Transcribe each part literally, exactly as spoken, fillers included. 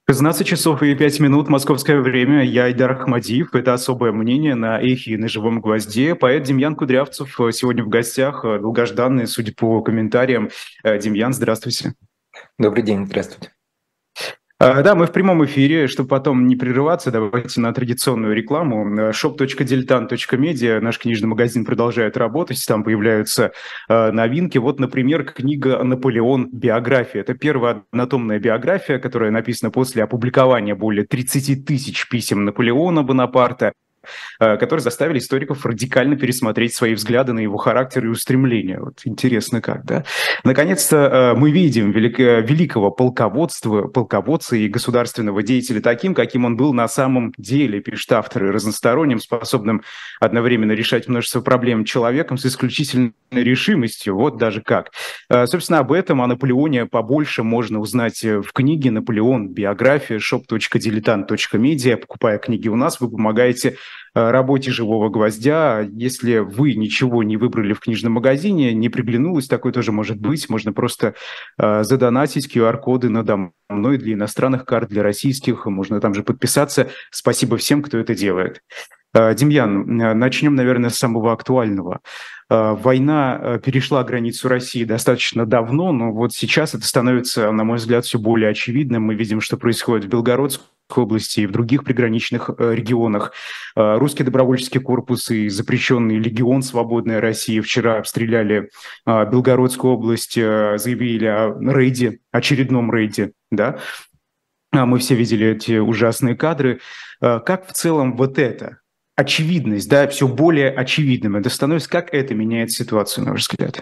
шестнадцать часов и пять минут московское время. Я Айдар Ахмадиев. Это «Особое мнение» на «Эхе» и на «Живом гвозде». Поэт Демьян Кудрявцев э, сегодня в гостях, э, долгожданный, судя по комментариям. Э, Демьян, здравствуйте. Добрый день, здравствуйте. А, Да, мы в прямом эфире, чтобы потом не прерываться, давайте на традиционную рекламу. шоп точка дилетант точка медиа, наш книжный магазин продолжает работать, там появляются э, новинки. Вот, например, книга «Наполеон. Биография». Это первая однотомная биография, которая написана после опубликования более тридцати тысяч писем Наполеона Бонапарта, э, которые заставили историков радикально пересмотреть свои взгляды на его характер и устремления. Вот интересно как, да? Наконец-то э, мы видим велик- э, великого полководства, полководца и государственного деятеля таким, каким он был на самом деле, пишет автор, и разносторонним, способным одновременно решать множество проблем человеком с исключительной решимостью. Вот даже как. Э, Собственно, об этом, о Наполеоне побольше можно узнать э, в книге «Наполеон. Биография», шоп точка дилетант точка медиа. Покупая книги у нас, вы помогаете э, работе «Живого гвоздя». Если вы ничего не выбрали в книжном магазине, не приглянулось, такое тоже может быть. Можно просто э, задонатить ку ар-коды надо мной для иностранных карт, для российских. Можно там же подписаться. Спасибо всем, кто это делает. Э, Демьян, э, начнем, наверное, с самого актуального. Э, Война э, перешла границу России достаточно давно, но вот сейчас это становится, на мой взгляд, все более очевидным. Мы видим, что происходит в Белгородской области и в других приграничных э, регионах. Э, Русский добровольческий корпус и запрещенный легион «Свободная Россия» вчера обстреляли э, Белгородскую область, э, заявили о рейде, очередном рейде, да. А Мы все видели эти ужасные кадры. Э, Как в целом вот это, очевидность, да, все более очевидным это становится, как это меняет ситуацию, на ваш взгляд?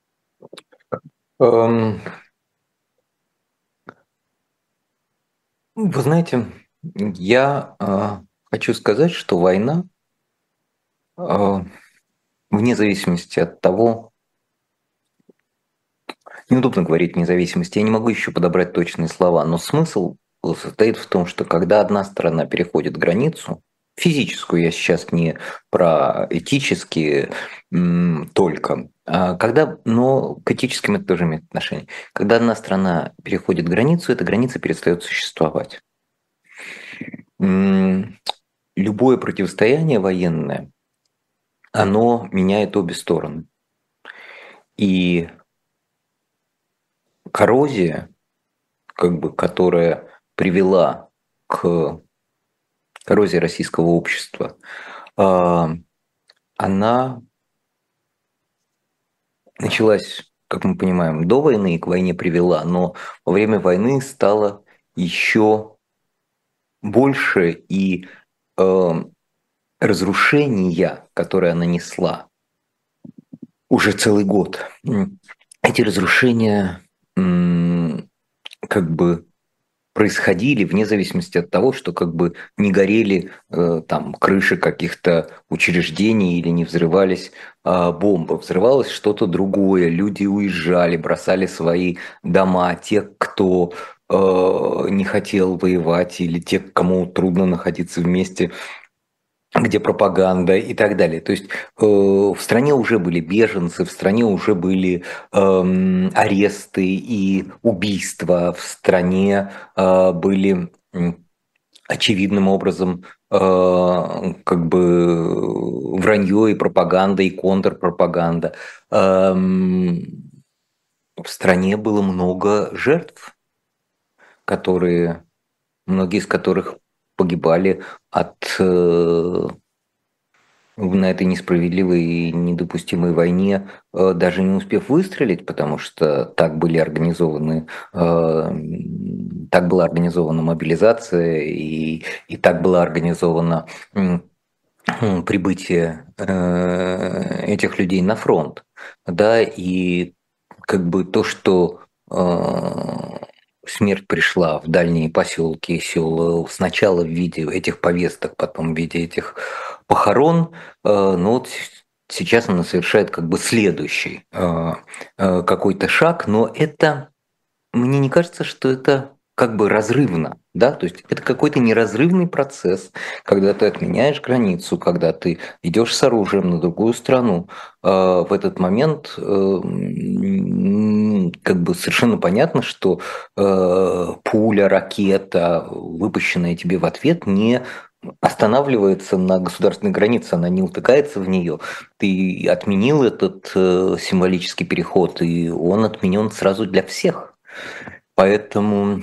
Эм, Вы знаете, я э, хочу сказать, что война, э, вне зависимости от того, неудобно говорить вне зависимости, я не могу еще подобрать точные слова, но смысл состоит в том, что когда одна сторона переходит границу, физическую, я сейчас не про этические м, только, а когда, но к этическим это тоже имеет отношение. Когда одна страна переходит границу, эта граница перестает существовать. М, Любое противостояние военное, оно меняет обе стороны. И коррозия, как бы, которая привела к коррозии российского общества, а, она началась, как мы понимаем, до войны и к войне привела, но во время войны стало еще больше, и э, разрушения, которые она несла уже целый год, эти разрушения м, как бы происходили вне зависимости от того, что как бы не горели э, там крыши каких-то учреждений или не взрывались э, бомбы, взрывалось что-то другое, люди уезжали, бросали свои дома, те, кто э, не хотел воевать, или те, кому трудно находиться вместе, где пропаганда и так далее. То есть э, в стране уже были беженцы, в стране уже были эм, аресты и убийства, в стране э, были м, очевидным образом э, как бы вранье и пропаганда, и контрпропаганда. Эм, в стране было много жертв, которые, многие из которых погибали от э, на этой несправедливой и недопустимой войне, э, даже не успев выстрелить, потому что так были организованы, э, так была организована мобилизация, и, и так была организована м, м, прибытие э, этих людей на фронт. Да, и как бы то, что э, смерть пришла в дальние поселки и села сначала в виде этих повесток, потом в виде этих похорон, э, но вот сейчас она совершает как бы следующий э, э, какой-то шаг, но это, мне не кажется, что это как бы разрывно, да, то есть это какой-то неразрывный процесс, когда ты отменяешь границу, когда ты идешь с оружием на другую страну. Э, В этот момент э, как бы совершенно понятно, что э, пуля, ракета, выпущенная тебе в ответ, не останавливается на государственной границе, она не утыкается в нее. Ты отменил этот э, символический переход, и он отменен сразу для всех. Поэтому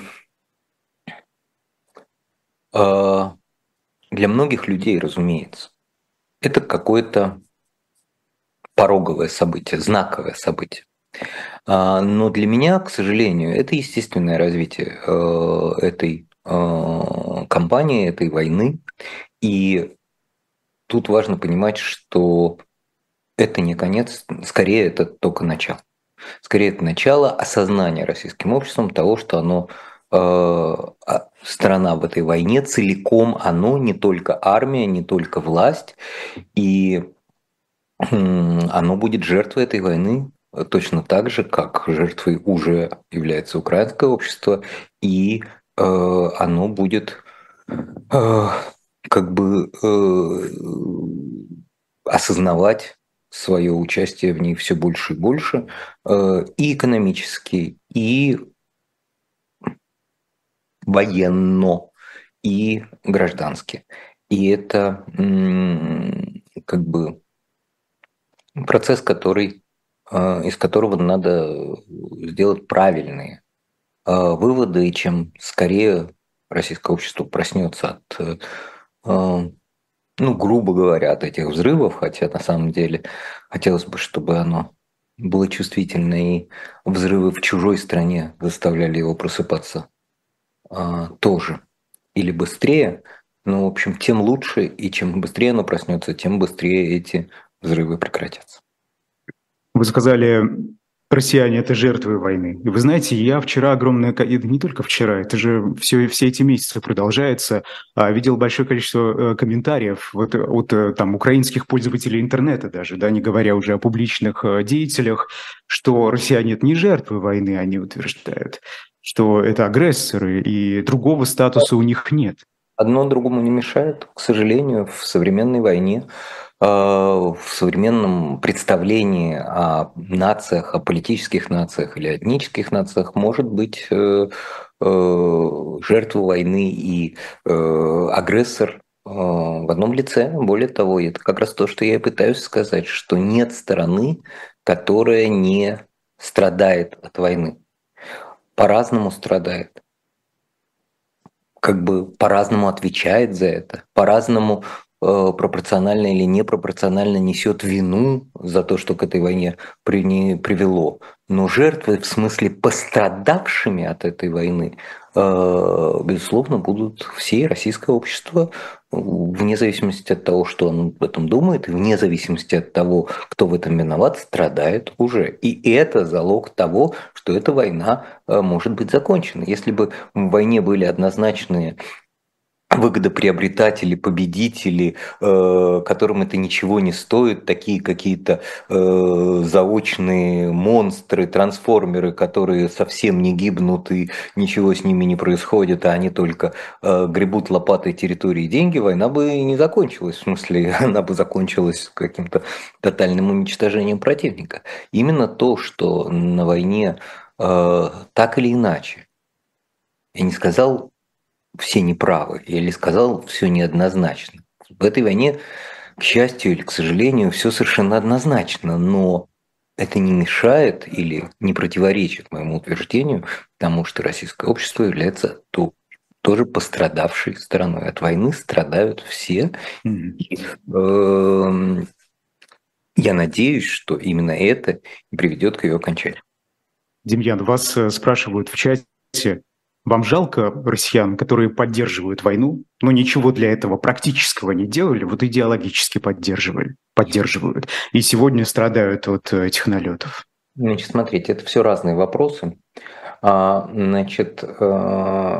э, для многих людей, разумеется, это какое-то пороговое событие, знаковое событие. А, Но для меня, к сожалению, это естественное развитие э, этой э, кампании, этой войны. И тут важно понимать, что это не конец, скорее это только начало. Скорее это начало осознания российским обществом того, что оно э, а, страна в этой войне целиком, оно не только армия, не только власть, и м, оно будет жертвой этой войны э, точно так же, как жертвой уже является украинское общество, и э, оно будет э, как бы э, осознавать свое участие в ней все больше и больше, э, и экономически, и военно, и граждански. И это м, как бы процесс, который, э, из которого надо сделать правильные э, выводы, и чем скорее российское общество проснется от, э, ну, грубо говоря, от этих взрывов, хотя на самом деле хотелось бы, чтобы оно было чувствительно, и взрывы в чужой стране заставляли его просыпаться а, тоже. Или быстрее, но, в общем, тем лучше, и чем быстрее оно проснется, тем быстрее эти взрывы прекратятся. Вы сказали, россияне – это жертвы войны. И вы знаете, я вчера огромное, ко- это не только вчера, это же все, все эти месяцы продолжается, а, видел большое количество э, комментариев вот, от э, там, украинских пользователей интернета даже, да, не говоря уже о публичных э, деятелях, что россияне – это не жертвы войны, они утверждают, что это агрессоры, и другого статуса у них нет. Одно другому не мешает, к сожалению, в современной войне, э, в современном представлении о нациях, о политических нациях или этнических нациях может быть э, э, жертва войны и э, агрессор э, в одном лице. Более того, это как раз то, что я и пытаюсь сказать, что нет стороны, которая не страдает от войны. По-разному страдает, как бы по-разному отвечает за это, по-разному э, пропорционально или непропорционально несет вину за то, что к этой войне при, не привело. Но жертвы, в смысле пострадавшими от этой войны, э, безусловно, будут все, и российское общество, вне зависимости от того, что он об этом думает, и вне зависимости от того, кто в этом виноват, страдает уже. И это залог того, что эта война э, может быть закончена. Если бы в войне были однозначные выгодоприобретатели, победители, э, которым это ничего не стоит, такие какие-то э, заочные монстры, трансформеры, которые совсем не гибнут и ничего с ними не происходит, а они только э, гребут лопатой территории и деньги, война бы и не закончилась. В смысле, она бы закончилась каким-то тотальным уничтожением противника. Именно то, что на войне э, так или иначе, я не сказал, все неправы, или сказал, все неоднозначно. В этой войне, к счастью или к сожалению, все совершенно однозначно, но это не мешает или не противоречит моему утверждению, потому что российское общество является то, тоже пострадавшей стороной. От войны страдают все. Мгм. И, э, я надеюсь, что именно это и приведет к ее окончанию. Демьян, вас э, спрашивают в чате, вам жалко россиян, которые поддерживают войну, но ничего для этого практического не делали, вот идеологически поддерживали, поддерживают, и сегодня страдают от э, этих налетов? Значит, смотрите, это все разные вопросы. А, значит, э,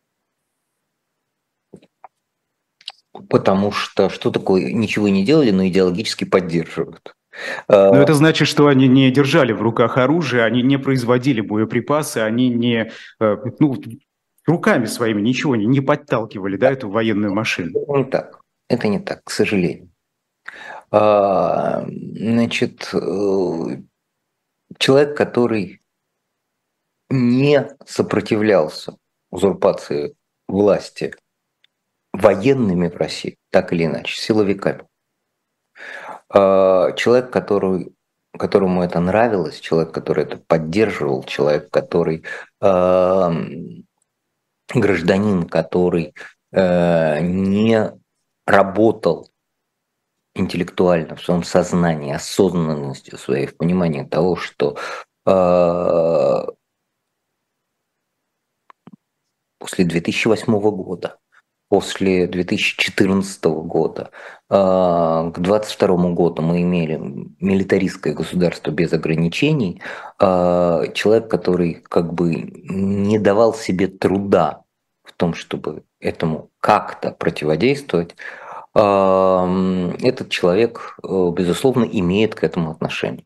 потому что что такое ничего не делали, но идеологически поддерживают? Э, Но это значит, что они не держали в руках оружие, они не производили боеприпасы, они не, э, ну, руками своими ничего не, не подталкивали, да, эту военную машину. Это не так. Это не так, к сожалению. А, Значит, э, человек, который не сопротивлялся узурпации власти военными в России, так или иначе, силовиками. Человек, который, которому это нравилось, человек, который это поддерживал, человек, который э, гражданин, который э, не работал интеллектуально в своем сознании, осознанностью своей, в понимании того, что э, после две тысячи восьмого года, после две тысячи четырнадцатого года, к двадцать второму году мы имели милитаристское государство без ограничений, человек, который как бы не давал себе труда в том, чтобы этому как-то противодействовать, этот человек, безусловно, имеет к этому отношение.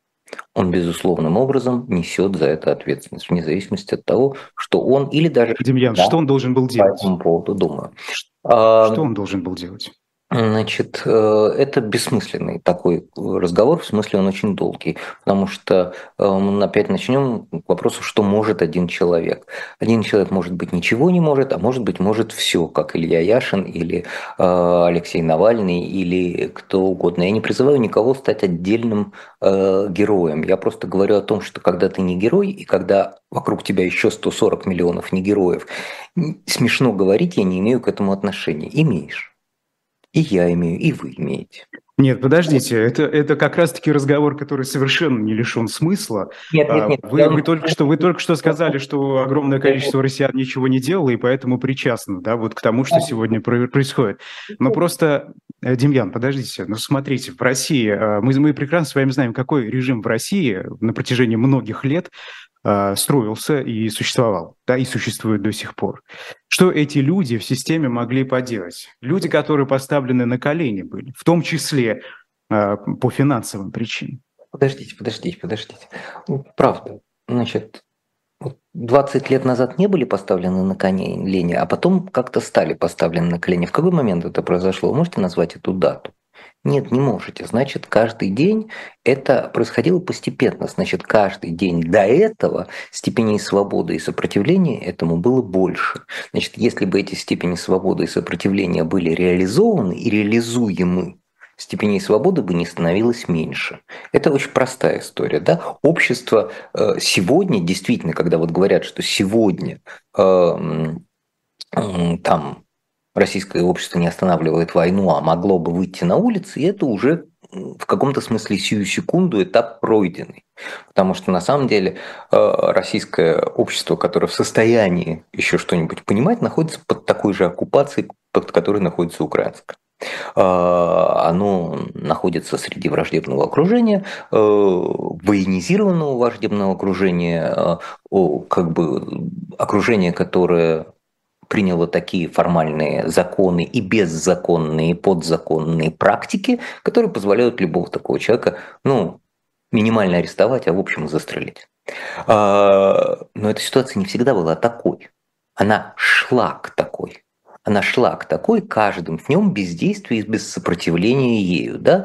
Он безусловным образом несет за это ответственность, вне зависимости от того, что он или даже... Демьян, да, что он должен был по делать? этому поводу думаю. Что он должен был делать? Значит, это бессмысленный такой разговор, в смысле он очень долгий, потому что мы опять начнем к вопросу, что может один человек. Один человек, может быть, ничего не может, а может быть, может все, как Илья Яшин или Алексей Навальный или кто угодно. Я не призываю никого стать отдельным героем. Я просто говорю о том, что когда ты не герой, и когда вокруг тебя еще сто сорок миллионов не героев, смешно говорить, я не имею к этому отношения. Имеешь. И я имею, и вы имеете. Нет, подождите, это, это как раз-таки разговор, который совершенно не лишен смысла. Нет, нет, нет. Вы, вы, только что, вы только что сказали, что огромное количество россиян ничего не делало, и поэтому причастно, да, вот к тому, что сегодня происходит. Но просто, Демьян, подождите, ну смотрите, в России, мы, мы прекрасно с вами знаем, какой режим в России на протяжении многих лет строился и существовал, да, и существует до сих пор. Что эти люди в системе могли поделать? Люди, которые поставлены на колени были, в том числе э, по финансовым причинам. Подождите, подождите, подождите. Правда. Значит, двадцать лет назад не были поставлены на колени, а потом как-то стали поставлены на колени. В какой момент это произошло? Вы можете назвать эту дату? Нет, не можете. Значит, каждый день это происходило постепенно. Значит, каждый день до этого степеней свободы и сопротивления этому было больше. Значит, если бы эти степени свободы и сопротивления были реализованы и реализуемы, степеней свободы бы не становилось меньше. Это очень простая история. Да? Общество сегодня, действительно, когда вот говорят, что сегодня э, э, там российское общество не останавливает войну, а могло бы выйти на улицы, и это уже в каком-то смысле сию секунду этап пройденный. Потому что на самом деле российское общество, которое в состоянии еще что-нибудь понимать, находится под такой же оккупацией, под которой находится украинское. Оно находится среди враждебного окружения, военизированного враждебного окружения, как бы окружение, которое приняло такие формальные законы и беззаконные, и подзаконные практики, которые позволяют любого такого человека, ну, минимально арестовать, а в общем застрелить. Но эта ситуация не всегда была такой. Она шла к такой. Она шла к такой каждым в нем бездействии и без сопротивления ею. Да?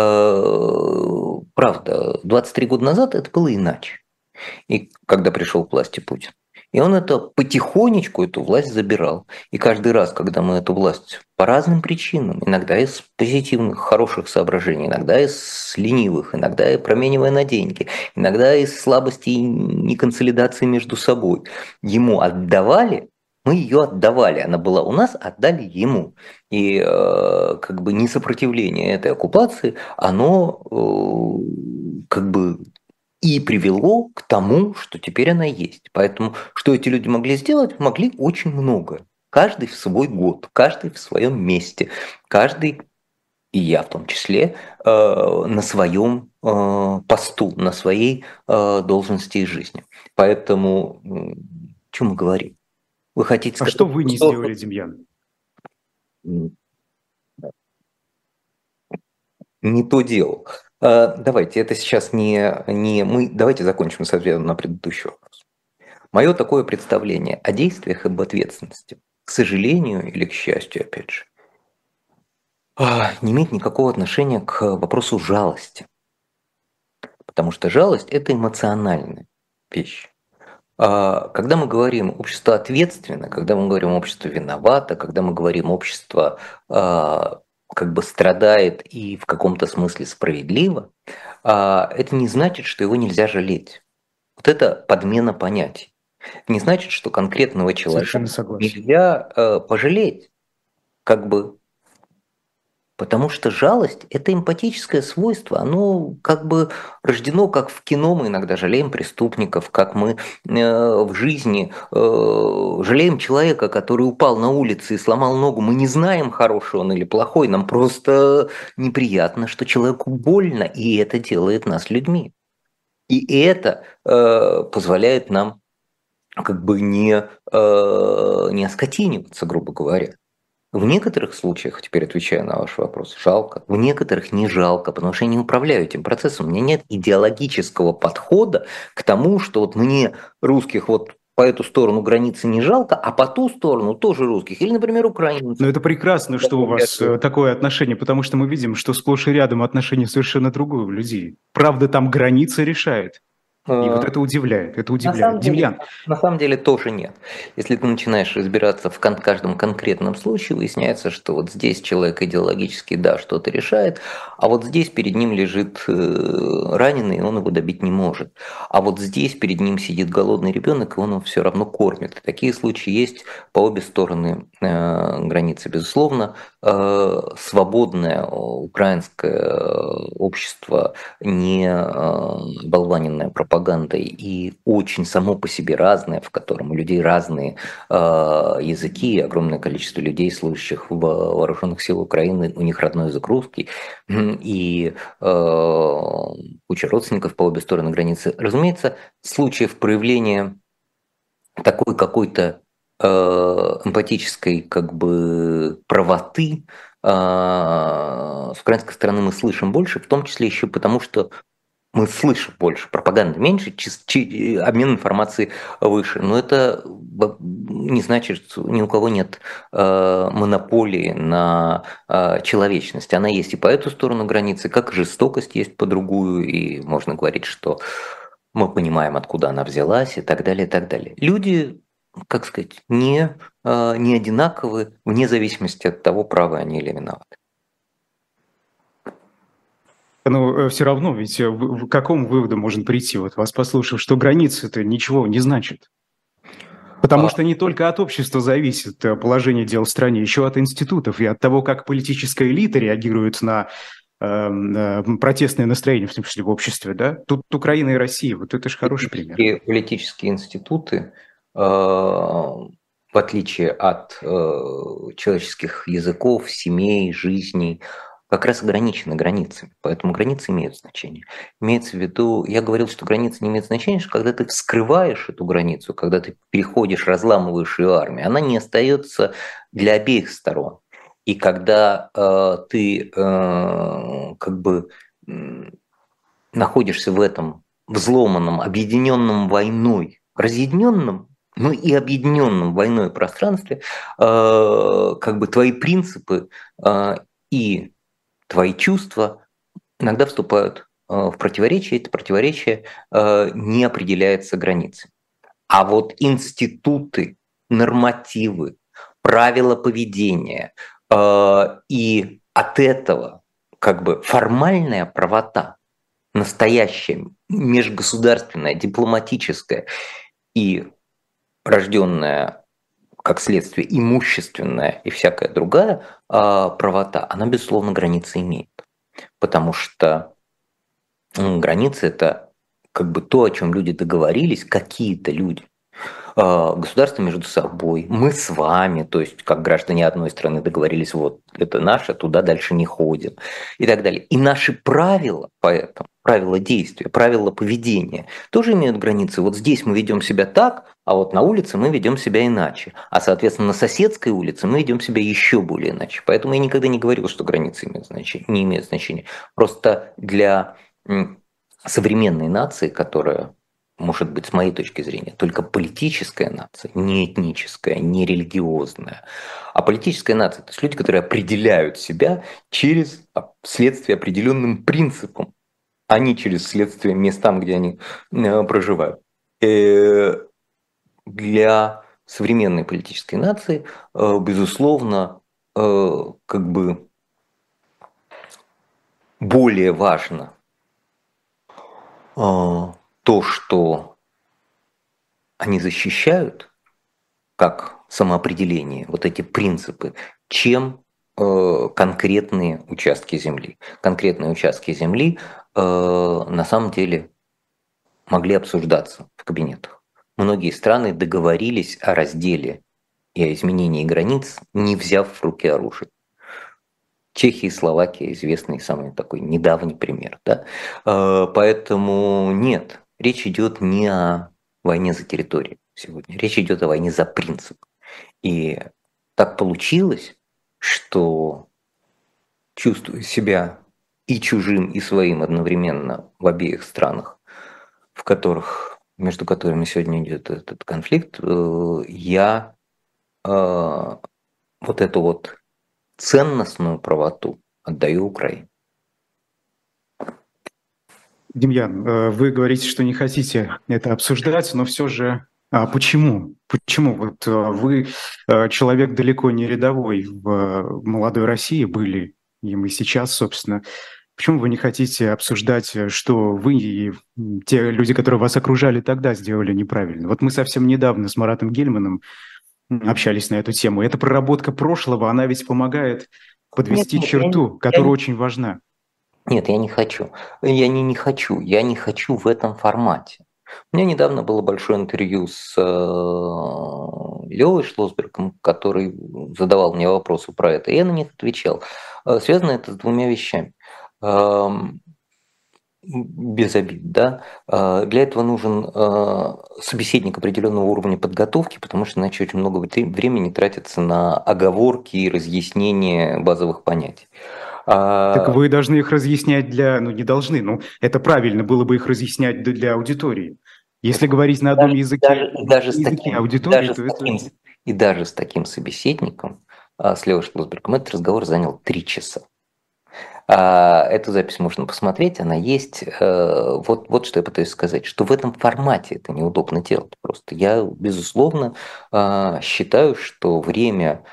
Правда, двадцать три года назад это было иначе. И когда пришел к власти Путин. И он это потихонечку, эту власть забирал. И каждый раз, когда мы эту власть по разным причинам, иногда из позитивных, хороших соображений, иногда из ленивых, иногда и променивая на деньги, иногда из слабости и неконсолидации между собой, ему отдавали, мы ее отдавали. Она была у нас, отдали ему. И э, как бы несопротивление этой оккупации, оно э, как бы и привело к тому, что теперь она есть. Поэтому что эти люди могли сделать? Могли очень много. Каждый в свой год, каждый в своем месте, каждый, и я в том числе, э, на своем э, посту, на своей э, должности и жизни. Поэтому, э, что мы говорим? Вы хотите сказать, а что вы не что... сделали, Демьян? Не то делал. Давайте, это сейчас не, не мы. Давайте закончим с ответом на предыдущий вопрос. Мое такое представление о действиях и об ответственности, к сожалению или к счастью, опять же, не имеет никакого отношения к вопросу жалости. Потому что жалость – это эмоциональная вещь. Когда мы говорим общество ответственно, когда мы говорим общество виновато, когда мы говорим общество как бы страдает и в каком-то смысле справедливо, это не значит, что его нельзя жалеть. Вот это подмена понятий. Не значит, что конкретного человека Совершенно согласен. нельзя э, пожалеть, как бы, потому что жалость – это эмпатическое свойство, оно как бы рождено, как в кино мы иногда жалеем преступников, как мы э, в жизни э, жалеем человека, который упал на улице и сломал ногу. Мы не знаем, хороший он или плохой, нам просто неприятно, что человеку больно, и это делает нас людьми. И это э, позволяет нам как бы не, э, не оскотиниваться, грубо говоря. В некоторых случаях, теперь отвечая на ваш вопрос, жалко. В некоторых не жалко, потому что я не управляю этим процессом. У меня нет идеологического подхода к тому, что вот мне русских вот по эту сторону границы не жалко, а по ту сторону тоже русских. Или, например, Но украинцев. это прекрасно, что у вас э, такое отношение, потому что мы видим, что сплошь и рядом отношение совершенно другое у людей. Правда, там граница решает. И вот это удивляет, это На удивляет. самом деле, Демьян, на самом деле тоже нет. Если ты начинаешь разбираться в кон- каждом конкретном случае, выясняется, что вот здесь человек идеологически, да, что-то решает, а вот здесь перед ним лежит э, раненый, и он его добить не может. А вот здесь перед ним сидит голодный ребенок, и он его все равно кормит. Такие случаи есть по обе стороны э, границы. Безусловно, э, свободное украинское общество, не э, болваненное пропагандой и очень само по себе разное, в котором у людей разные э, языки, огромное количество людей, служащих в вооруженных силах Украины, у них родной язык русский, и э, куча родственников по обе стороны границы. Разумеется, случаев проявления такой какой-то э, эмпатической как бы правоты э, с украинской стороны мы слышим больше, в том числе еще потому, что мы слышим больше, пропаганды меньше, чис- чи- обмен информацией выше. Но это не значит, что ни у кого нет э, монополии на э, человечность. Она есть и по эту сторону границы, как и жестокость есть по другую, и можно говорить, что мы понимаем, откуда она взялась, и так далее, и так далее. Люди, как сказать, не, э, не одинаковы вне зависимости от того, правы они или виноваты. но все равно, ведь э, в- в какому выводу можно прийти, вот вас послушав, что границы-то ничего не значит? Потому А, что не только от общества зависит э, положение дел в стране, еще от институтов и от того, как политическая элита реагирует на эм, э, протестное настроение, в том числе в обществе, да? Тут Украина и Россия, вот это же хороший пример. политические, политические институты, э, в отличие от э, человеческих языков, семей, жизней, как раз ограничены границами. Поэтому границы имеют значение. Имеется в виду, я говорил, что границы не имеют значения, что когда ты вскрываешь эту границу, когда ты переходишь, разламываешь ее армию, она не остается для обеих сторон. И когда э, ты э, как бы м, находишься в этом взломанном, объединенном войной, разъединенном, но и объединенном войной пространстве, э, как бы твои принципы э, и твои чувства иногда вступают э, в противоречие, это противоречие э, не определяется границей. А вот институты, нормативы, правила поведения э, и от этого как бы формальная правота, настоящая, межгосударственная, дипломатическая и рожденная, как следствие, имущественная и всякая другая а, правота, она, безусловно, границы имеет. Потому что м, границы – это как бы то, о чем люди договорились, какие-то люди, а, государства между собой, мы с вами, то есть как граждане одной страны договорились, вот это наше, туда дальше не ходим и так далее. И наши правила поэтому, правила действия, правила поведения тоже имеют границы. Вот здесь мы ведем себя так, а вот на улице мы ведем себя иначе. А, соответственно, на соседской улице мы ведем себя еще более иначе. Поэтому я никогда не говорил, что границы имеют значение, не имеют значения. Просто для м, современной нации, которая может быть, с моей точки зрения, только политическая нация, не этническая, не религиозная, а политическая нация, то есть люди, которые определяют себя через следствие определенным принципам, а не через следствие местам, где они э, проживают. Э, для современной политической нации, безусловно, как бы более важно то, что они защищают как самоопределение, вот эти принципы, чем конкретные участки земли. Конкретные участки земли на самом деле могли обсуждаться в кабинетах. Многие страны договорились о разделе и о изменении границ, не взяв в руки оружие. Чехия и Словакия известный самый такой недавний пример. Да? Поэтому нет, речь идет не о войне за территорию сегодня, речь идет о войне за принцип. И так получилось, что чувствуя себя и чужим, и своим одновременно в обеих странах, в которых, между которыми сегодня идет этот конфликт, я вот эту вот ценностную правоту отдаю Украине. Демьян, вы говорите, что не хотите это обсуждать, но все же а почему? Почему? Вот вы человек далеко не рядовой в молодой России были, и мы сейчас, собственно. Почему вы не хотите обсуждать, что вы и те люди, которые вас окружали тогда, сделали неправильно? Вот мы совсем недавно с Маратом Гельманом общались на эту тему. Эта проработка прошлого, она ведь помогает подвести нет, нет, черту, я, которая я, очень важна. Нет, я не хочу. Я не, не хочу. Я не хочу в этом формате. У меня недавно было большое интервью с Левой Шлосбергом, который задавал мне вопросы про это, и я на них отвечал. Связано это с двумя вещами. Без обид, да. Для этого нужен собеседник определенного уровня подготовки, потому что иначе очень много времени тратится на оговорки и разъяснение базовых понятий. Так вы должны их разъяснять для... Ну, не должны, но это правильно было бы их разъяснять для аудитории. Если говорить на одном Даже, языке, даже, даже с языке таким, аудитории, даже то с это... таким, и даже с таким собеседником, с Левой Шлосбергом, этот разговор занял три часа. Эту запись можно посмотреть, она есть. Вот, вот что я пытаюсь сказать, что в этом формате это неудобно делать просто. Я, безусловно, считаю, что время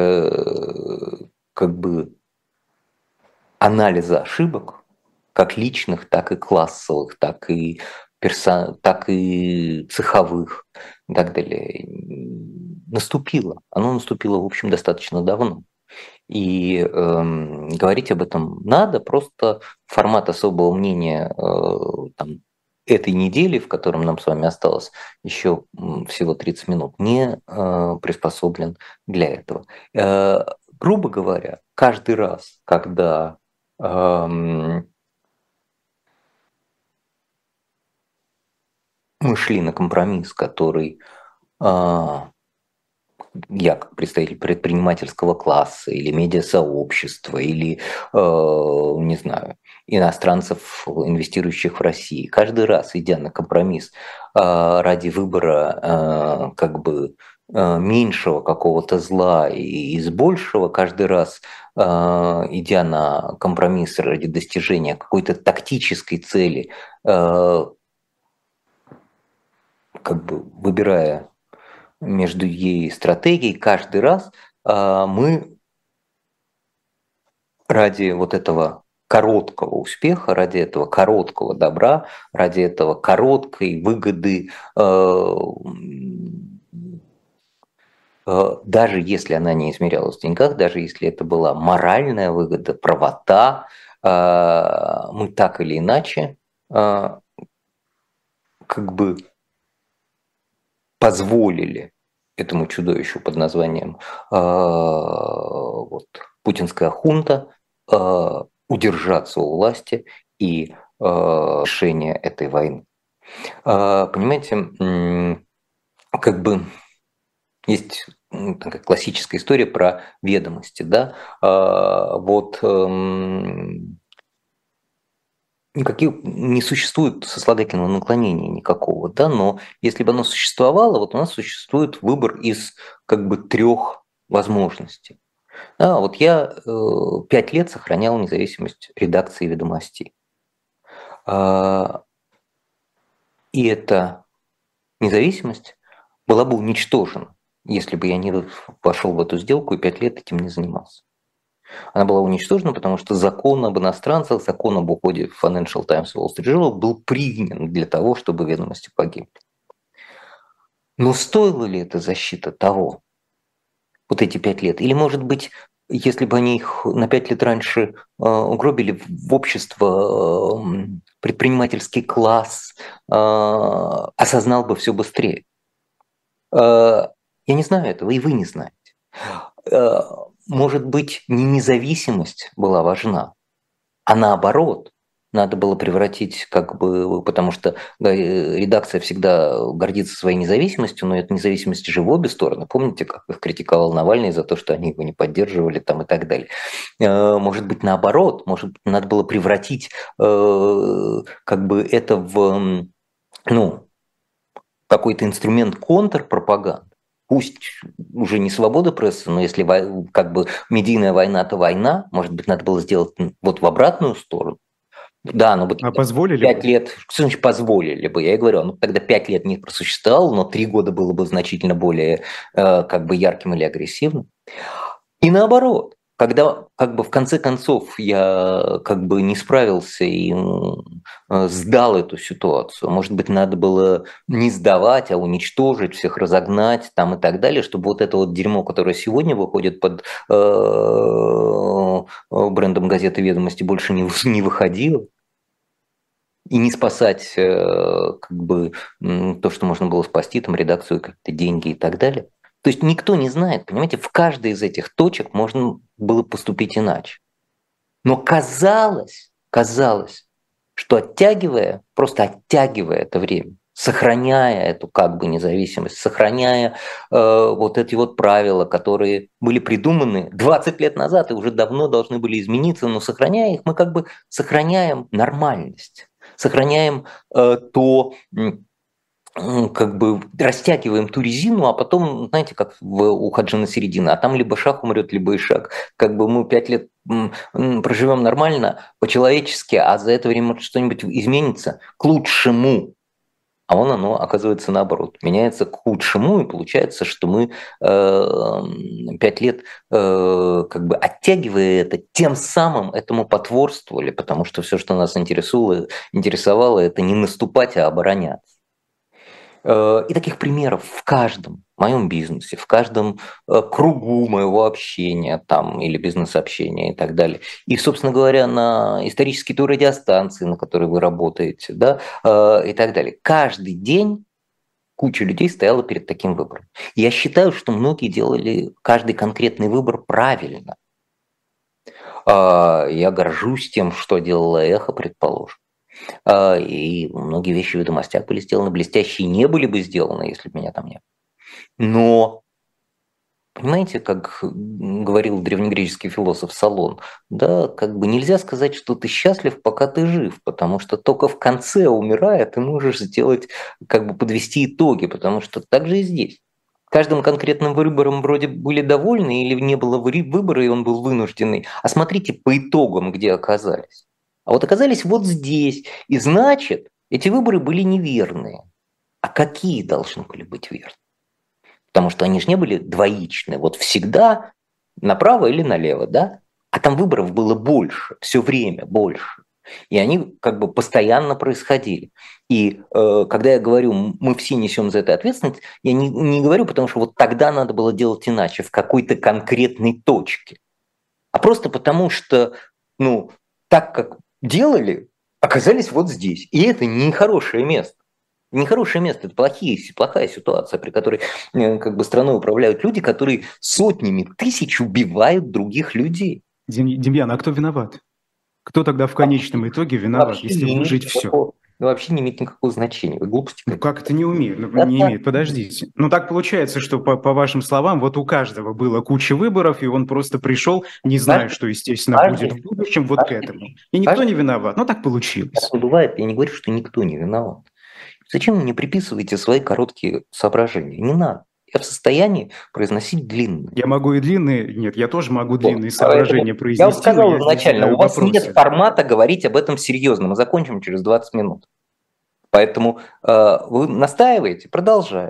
как бы анализа ошибок, как личных, так и классовых, так и, персон... так и цеховых и так далее, наступило. Оно наступило, в общем, достаточно давно. И э, говорить об этом надо, просто формат особого мнения э, там, этой недели, в котором нам с вами осталось еще всего тридцать минут, не э, приспособлен для этого. Э, грубо говоря, каждый раз, когда э, мы шли на компромисс, который э, я как представитель предпринимательского класса или медиасообщества, или, э, не знаю, иностранцев, инвестирующих в Россию, каждый раз, идя на компромисс э, ради выбора э, как бы э, меньшего какого-то зла и из большего, каждый раз, э, идя на компромисс ради достижения какой-то тактической цели, э, как бы выбирая между ей стратегией, каждый раз мы ради вот этого короткого успеха, ради этого короткого добра, ради этого короткой выгоды, даже если она не измерялась в деньгах, даже если это была моральная выгода, правота, мы так или иначе как бы позволили этому чудовищу под названием э, вот, путинская хунта э, удержаться у власти и э, решения этой войны. Э, понимаете, э, как бы есть такая классическая история про ведомости, да, э, вот э, никаких не существует сослагательного наклонения никакого, да, но если бы оно существовало, вот у нас существует выбор из как бы трех возможностей. Да, вот я э, пять лет сохранял независимость редакции «Ведомостей». А, и эта независимость была бы уничтожена, если бы я не пошел в эту сделку и пять лет этим не занимался. Она была уничтожена, потому что закон об иностранцах, закон об уходе в Financial Times и Wall Street Journal был принят для того, чтобы ведомости погибли. Но стоила ли эта защита того, вот эти пять лет? Или, может быть, если бы они их на пять лет раньше э, угробили в общество, э, предпринимательский класс э, осознал бы все быстрее? Э, я не знаю этого, и вы не знаете. Э, может быть, не независимость была важна, а наоборот, надо было превратить, как бы, потому что редакция всегда гордится своей независимостью, но эта независимость же в обе стороны. Помните, как их критиковал Навальный за то, что они его не поддерживали там, и так далее. Может быть, наоборот, может быть, надо было превратить как бы это в ну, какой-то инструмент контрпропаганды. Пусть уже не свобода прессы, но если как бы медийная война, то война, может быть, надо было сделать вот в обратную сторону. Да, но бы а позволили пять бы? лет, что значит позволили бы? Я и говорю, ну тогда пять лет не просуществовало, но три года было бы значительно более э, как бы ярким или агрессивным. И наоборот, когда как бы в конце концов я как бы не справился и э, сдал эту ситуацию, может быть, надо было не сдавать, а уничтожить, всех разогнать там и так далее, чтобы вот это вот дерьмо, которое сегодня выходит под э, брендом газеты «Ведомости», больше не, не выходило. И не спасать как бы то, что можно было спасти, там редакцию, какие-то деньги и так далее. То есть никто не знает, понимаете, в каждой из этих точек можно было поступить иначе. Но казалось, казалось, что оттягивая, просто оттягивая это время, сохраняя эту как бы независимость, сохраняя э, вот эти вот правила, которые были придуманы двадцать лет назад и уже давно должны были измениться, но сохраняя их, мы как бы сохраняем нормальность. Сохраняем э, то, э, как бы растягиваем ту резину, а потом, знаете, как в, у Хаджина Середина, а там либо шах умрет, либо и шаг. Как бы мы пять лет э, проживем нормально, по-человечески, а за это время может что-нибудь изменится к лучшему. А он, оно оказывается наоборот, меняется к худшему, и получается, что мы э, пять лет э, как бы оттягивая это, тем самым этому потворствовали, потому что все, что нас интересовало, интересовало, это не наступать, а обороняться. Э, и таких примеров в каждом моем бизнесе, в каждом э, кругу моего общения там, или бизнес-общения и так далее. И, собственно говоря, на исторические той радиостанции, на которой вы работаете, да, э, и так далее. Каждый день куча людей стояла перед таким выбором. Я считаю, что многие делали каждый конкретный выбор правильно. Э, я горжусь тем, что делала «Эхо», предположим. Э, и многие вещи в «Ведомостях» были сделаны, блестящие не были бы сделаны, если бы меня там не было. Но, понимаете, как говорил древнегреческий философ Солон, да, как бы нельзя сказать, что ты счастлив, пока ты жив, потому что только в конце, умирая, ты можешь сделать, как бы подвести итоги, потому что так же и здесь. Каждым конкретным выбором вроде были довольны или не было выбора, и он был вынужденный. А смотрите по итогам, где оказались. А вот оказались вот здесь. И значит, эти выборы были неверные. А какие должны были быть верны? Потому что они же не были двоичны. Вот всегда направо или налево, да? А там выборов было больше, все время больше. И они как бы постоянно происходили. И э, когда я говорю, мы все несем за это ответственность, я не, не говорю, потому что вот тогда надо было делать иначе, в какой-то конкретной точке. А просто потому что, ну, так как делали, оказались вот здесь. И это не хорошее место. Нехорошее место, это плохие, плохая ситуация, при которой как бы страной управляют люди, которые сотнями тысяч убивают других людей. Демьян, а кто виноват? Кто тогда в конечном итоге виноват, вообще если выжить все? Вообще не имеет никакого значения. Вы глупости. Ну как это не умеет? Ну, не имеет, подождите. Ну так получается, что по, по вашим словам, вот у каждого было куча выборов, и он просто пришел, не зная, что, естественно, будет в будущем, вот к этому. И никто не виноват. Ну так получилось. Так не бывает. Я не говорю, что никто не виноват. Зачем вы мне приписываете свои короткие соображения? Не надо. Я в состоянии произносить длинные. Я могу и длинные, нет, я тоже могу длинные соображения Поэтому произнести. Я вам сказал изначально, у вас вопросы. нет формата говорить об этом серьезно. Мы закончим через двадцать минут. Поэтому э, вы настаиваете, продолжаю.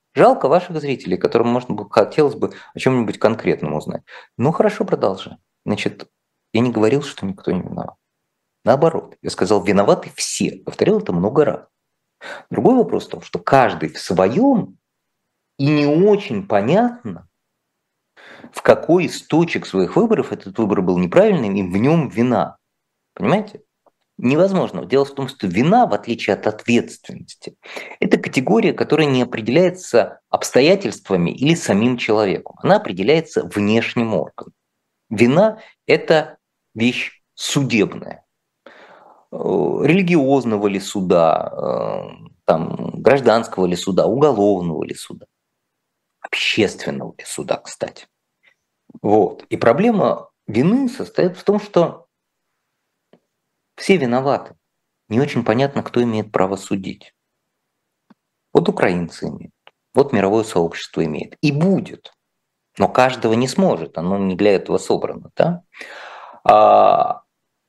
Жалко ваших зрителей, которым, можно бы, хотелось бы о чем-нибудь конкретном узнать. Ну хорошо, продолжаем. Значит, я не говорил, что никто не виноват. Наоборот, я сказал, виноваты все. Повторил это много раз. Другой вопрос в том, что каждый в своем, и не очень понятно, в какой из точек своих выборов этот выбор был неправильным, и в нем вина. Понимаете? Невозможно. Дело в том, что вина, в отличие от ответственности, это категория, которая не определяется обстоятельствами или самим человеком. Она определяется внешним органом. Вина – это вещь судебная. Религиозного ли суда, там, гражданского ли суда, уголовного ли суда, общественного ли суда, кстати. Вот. И проблема вины состоит в том, что все виноваты. Не очень понятно, кто имеет право судить. Вот украинцы имеют, вот мировое сообщество имеет. И будет. Но каждого не сможет, оно не для этого собрано. Да? А,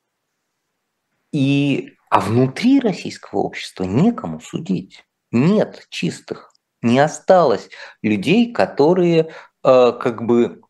и, а внутри российского общества некому судить. Нет чистых. Не осталось людей, которые э, как бы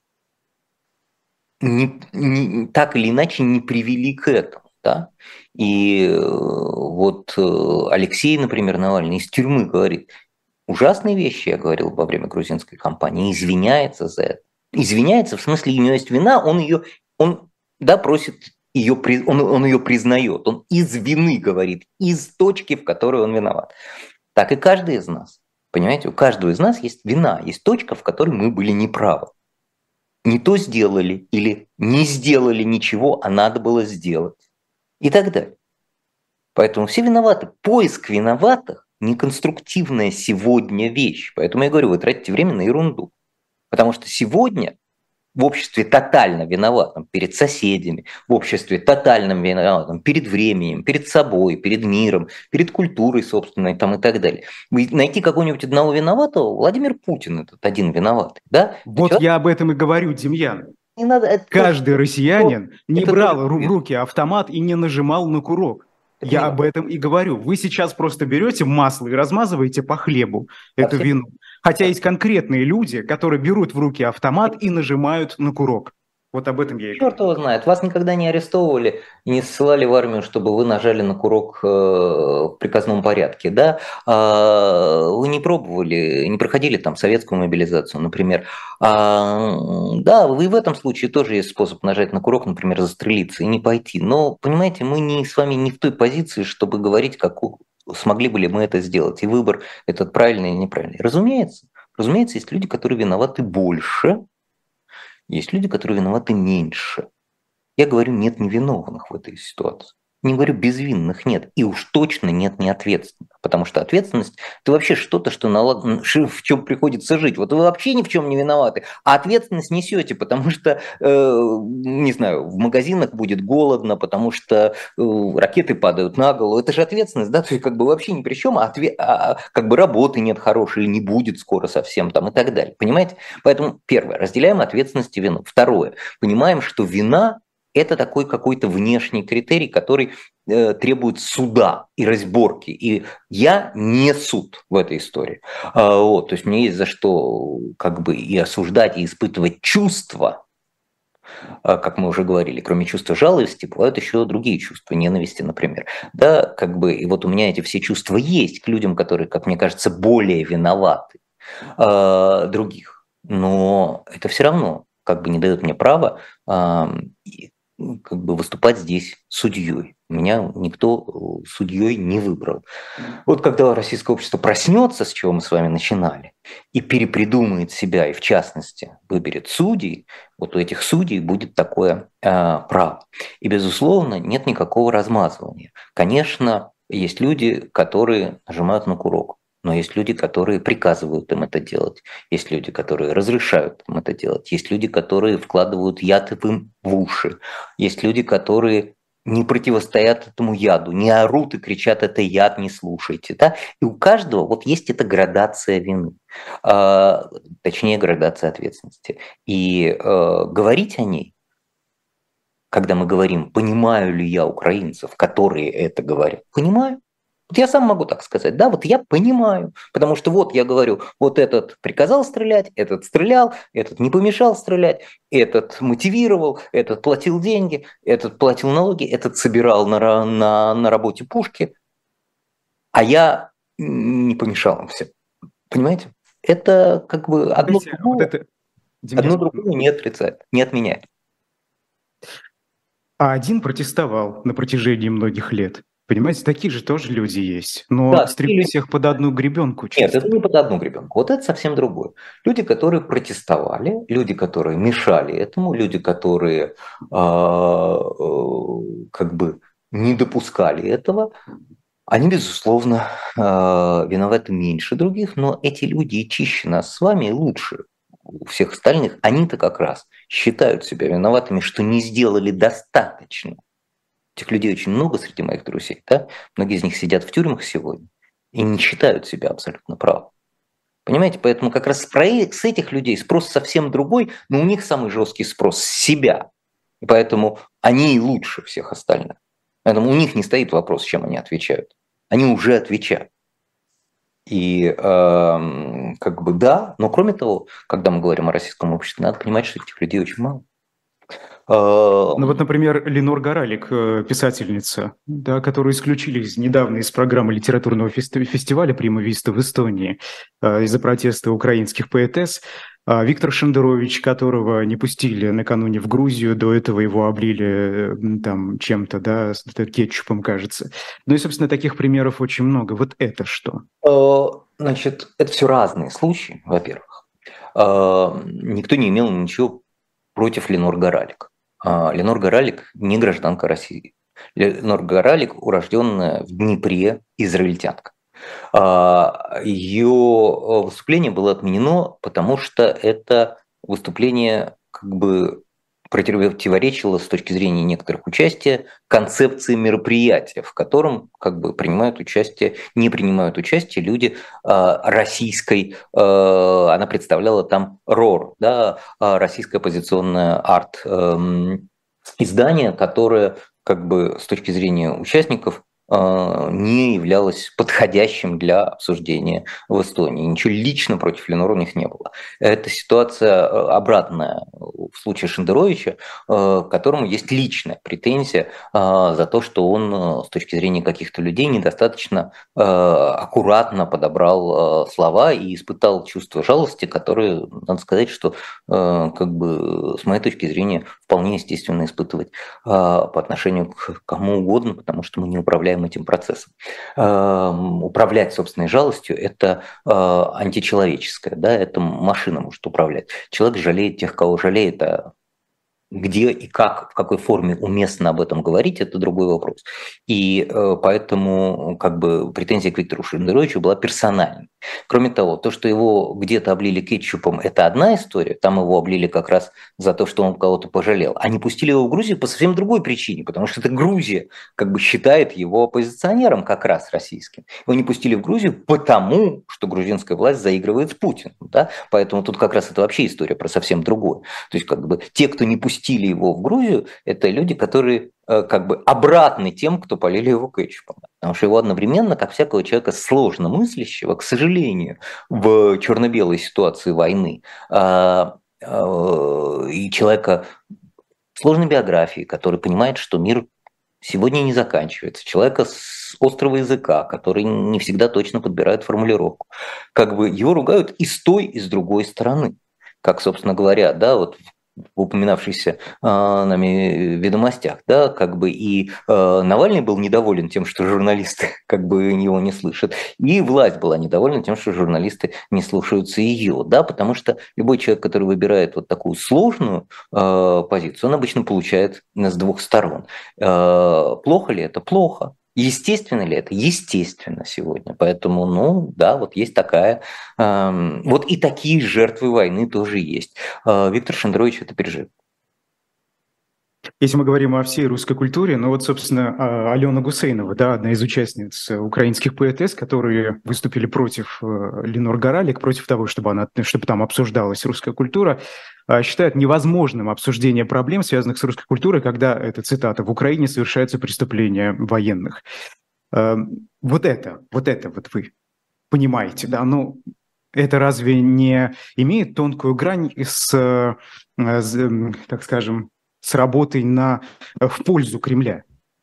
не, не, так или иначе не привели к этому. Да? И э, вот э, Алексей, например, Навальный из тюрьмы говорит, ужасные вещи, я говорил во время грузинской кампании, извиняется за это. Извиняется, в смысле, у него есть вина, он ее, он, да, просит ее, он, он ее признает, он из вины говорит, из точки, в которой он виноват. Так и каждый из нас, понимаете, у каждого из нас есть вина, есть точка, в которой мы были неправы. Не то сделали или не сделали ничего, а надо было сделать. И так далее. Поэтому все виноваты. Поиск виноватых – неконструктивная сегодня вещь. Поэтому я говорю, вы тратите время на ерунду. Потому что сегодня в обществе тотально виноватым перед соседями, в обществе тотально виноватым перед временем, перед собой, перед миром, перед культурой собственной там, и так далее. Вы найти какого-нибудь одного виноватого, Владимир Путин этот один виноватый. Да? Вот Человек... я об этом и говорю, Демьян. Не надо, это Каждый тоже, россиянин не это брал тоже... в руки автомат и не нажимал на курок. Это Я не об важно. этом и говорю. Вы сейчас просто берете масло и размазываете по хлебу эту Совсем... вину. Хотя есть конкретные люди, которые берут в руки автомат и нажимают на курок. Вот об этом я и Черт говорю. его знает, вас никогда не арестовывали и не ссылали в армию, чтобы вы нажали на курок э, в приказном порядке, да? А, вы не пробовали, не проходили там советскую мобилизацию, например. А, да, вы в этом случае тоже есть способ нажать на курок, например, застрелиться и не пойти. Но, понимаете, мы не, с вами не в той позиции, чтобы говорить, как смогли бы ли мы это сделать, и выбор этот правильный или неправильный. Разумеется, разумеется, есть люди, которые виноваты больше. Есть люди, которые виноваты меньше. Я говорю, нет невиновных в этой ситуации. Не говорю, безвинных нет. И уж точно нет неответственных. Потому что ответственность – это вообще что-то, что налаг... в чем приходится жить. Вот вы вообще ни в чем не виноваты, а ответственность несете, потому что, э, не знаю, в магазинах будет голодно, потому что э, ракеты падают на голову. Это же ответственность, да? То есть как бы вообще ни при чем, а, отве... а как бы работы нет хорошей или не будет скоро совсем там и так далее. Понимаете? Поэтому первое, разделяем ответственность и вину. Второе, понимаем, что вина это такой какой-то внешний критерий, который э, требует суда и разборки. И я не суд в этой истории. А, вот, то есть мне есть за что как бы и осуждать, и испытывать чувства, а, как мы уже говорили. Кроме чувства жалости, бывают еще другие чувства, ненависти, например. Да, как бы, и вот у меня эти все чувства есть к людям, которые, как мне кажется, более виноваты э, других. Но это все равно как бы не дает мне права э, как бы выступать здесь судьей. Меня никто судьей не выбрал. Вот когда российское общество проснется, с чего мы с вами начинали, и перепридумает себя, и в частности выберет судей, вот у этих судей будет такое э, право. И, безусловно, нет никакого размазывания. Конечно, есть люди, которые нажимают на курок. Но есть люди, которые приказывают им это делать. Есть люди, которые разрешают им это делать. Есть люди, которые вкладывают яд им в уши. Есть люди, которые не противостоят этому яду, не орут и кричат: это яд, не слушайте. Да? И у каждого вот есть эта градация вины, а, точнее градация ответственности. И а, говорить о ней, когда мы говорим, понимаю ли я украинцев, которые это говорят, понимаю. Вот я сам могу так сказать, да, вот я понимаю, потому что вот я говорю, вот этот приказал стрелять, этот стрелял, этот не помешал стрелять, этот мотивировал, этот платил деньги, этот платил налоги, этот собирал на, на, на работе пушки, а я не помешал им всем. Понимаете? Это как бы одно Знаете, вот другое, это, Демьян, одно другое не отрицает, не отменяет. а один протестовал на протяжении многих лет. Понимаете, такие же тоже люди есть. Но Да, стремить или... всех под одну гребенку Нет, это часто. не под одну гребенку. Вот это совсем другое. Люди, которые протестовали, люди, которые мешали этому, люди, которые а, э, как бы не допускали этого, они, безусловно, э, виноваты меньше других, но эти люди и чище нас с вами, и лучше у всех остальных. Они-то как раз считают себя виноватыми, что не сделали достаточно. Этих людей очень много среди моих друзей. Да? Многие из них сидят в тюрьмах сегодня и не считают себя абсолютно правым. Понимаете, поэтому как раз с этих людей спрос совсем другой, но у них самый жесткий спрос с себя. И поэтому они и лучше всех остальных. Поэтому у них не стоит вопрос, чем они отвечают. Они уже отвечают. И э, как бы да, но кроме того, когда мы говорим о российском обществе, надо понимать, что этих людей очень мало. Ну вот, например, Ленор Горалик, писательница, да, которую исключили недавно из программы литературного фестиваля «Прима Виста» в Эстонии из-за протеста украинских поэтесс. Виктор Шендерович, которого не пустили накануне в Грузию, до этого его облили там чем-то, да, кетчупом, кажется. Ну и, собственно, таких примеров очень много. Вот это что? Значит, это все разные случаи, во-первых. Никто не имел ничего против Ленор Горалик. Ленор Горалик не гражданка России. Ленор Горалик урожденная в Днепре израильтянка. Ее выступление было отменено, потому что это выступление как бы противоречило с точки зрения некоторых участия концепции мероприятия, в котором как бы принимают участие, не принимают участие люди российской, она представляла там РОР, да, российское оппозиционное арт-издание, которое как бы с точки зрения участников не являлось подходящим для обсуждения в Эстонии. Ничего лично против Ленор у них не было. Это ситуация обратная в случае Шендеровича, к которому есть личная претензия за то, что он с точки зрения каких-то людей недостаточно аккуратно подобрал слова и испытал чувство жалости, которое, надо сказать, что как бы с моей точки зрения вполне естественно испытывать по отношению к кому угодно, потому что мы не управляем этим процессом. Управлять собственной жалостью – это античеловеческое, да, это машина может управлять. Человек жалеет тех, кого жалеет, а где и как, в какой форме уместно об этом говорить, это другой вопрос. И э, поэтому как бы претензия к Виктору Шендеровичу была персональной. Кроме того, то, что его где-то облили кетчупом, это одна история, там его облили как раз за то, что он кого-то пожалел. А не пустили его в Грузию по совсем другой причине, потому что это Грузия как бы считает его оппозиционером как раз российским. Его не пустили в Грузию потому, что грузинская власть заигрывает с Путиным. Да? Поэтому тут как раз это вообще история про совсем другое. То есть как бы те, кто не пустили пустили его в Грузию, это люди, которые э, как бы обратны тем, кто полили его кетчупом. Потому что его одновременно, как всякого человека сложно мыслящего, к сожалению, в черно-белой ситуации войны, э, э, и человека сложной биографии, который понимает, что мир сегодня не заканчивается, человека с острого языка, который не всегда точно подбирает формулировку, как бы его ругают и с той, и с другой стороны. Как, собственно говоря, да, вот в упоминавшихся э, нами ведомостях, да, как бы и э, Навальный был недоволен тем, что журналисты как бы его не слышат, и власть была недовольна тем, что журналисты не слушаются ее, да, потому что любой человек, который выбирает вот такую сложную э, позицию, он обычно получает с двух сторон. Э, плохо ли это? Плохо. Естественно ли это? Естественно сегодня. Поэтому, ну да, вот есть такая... Э, вот и такие жертвы войны тоже есть. Э, Виктор Шендерович это пережил. Если мы говорим о всей русской культуре, ну вот, собственно, Алена Гусейнова, да, одна из участниц украинских поэтесс, которые выступили против Ленор Горалик, против того, чтобы, она, чтобы там обсуждалась русская культура, считает невозможным обсуждение проблем, связанных с русской культурой, когда, это цитата, в Украине совершаются преступления военных. Э, вот это, вот это вот вы понимаете, да? Ну, это разве не имеет тонкую грань с, э, с, м, так скажем, с работой на, э, в пользу Кремля?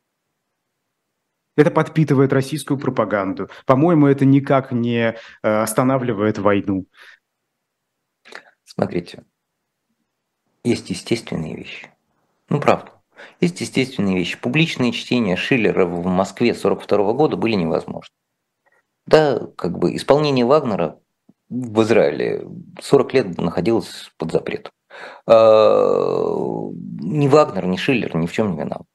Это подпитывает российскую пропаганду. По-моему, это никак не э, останавливает войну. Смотрите, есть естественные вещи. Ну, правда. Есть естественные вещи. Публичные чтения Шиллера в Москве сорок второго года были невозможны. Да, как бы исполнение Вагнера в Израиле сорок лет находилось под запретом. А, Ни Вагнер, ни Шиллер ни в чем не виноват.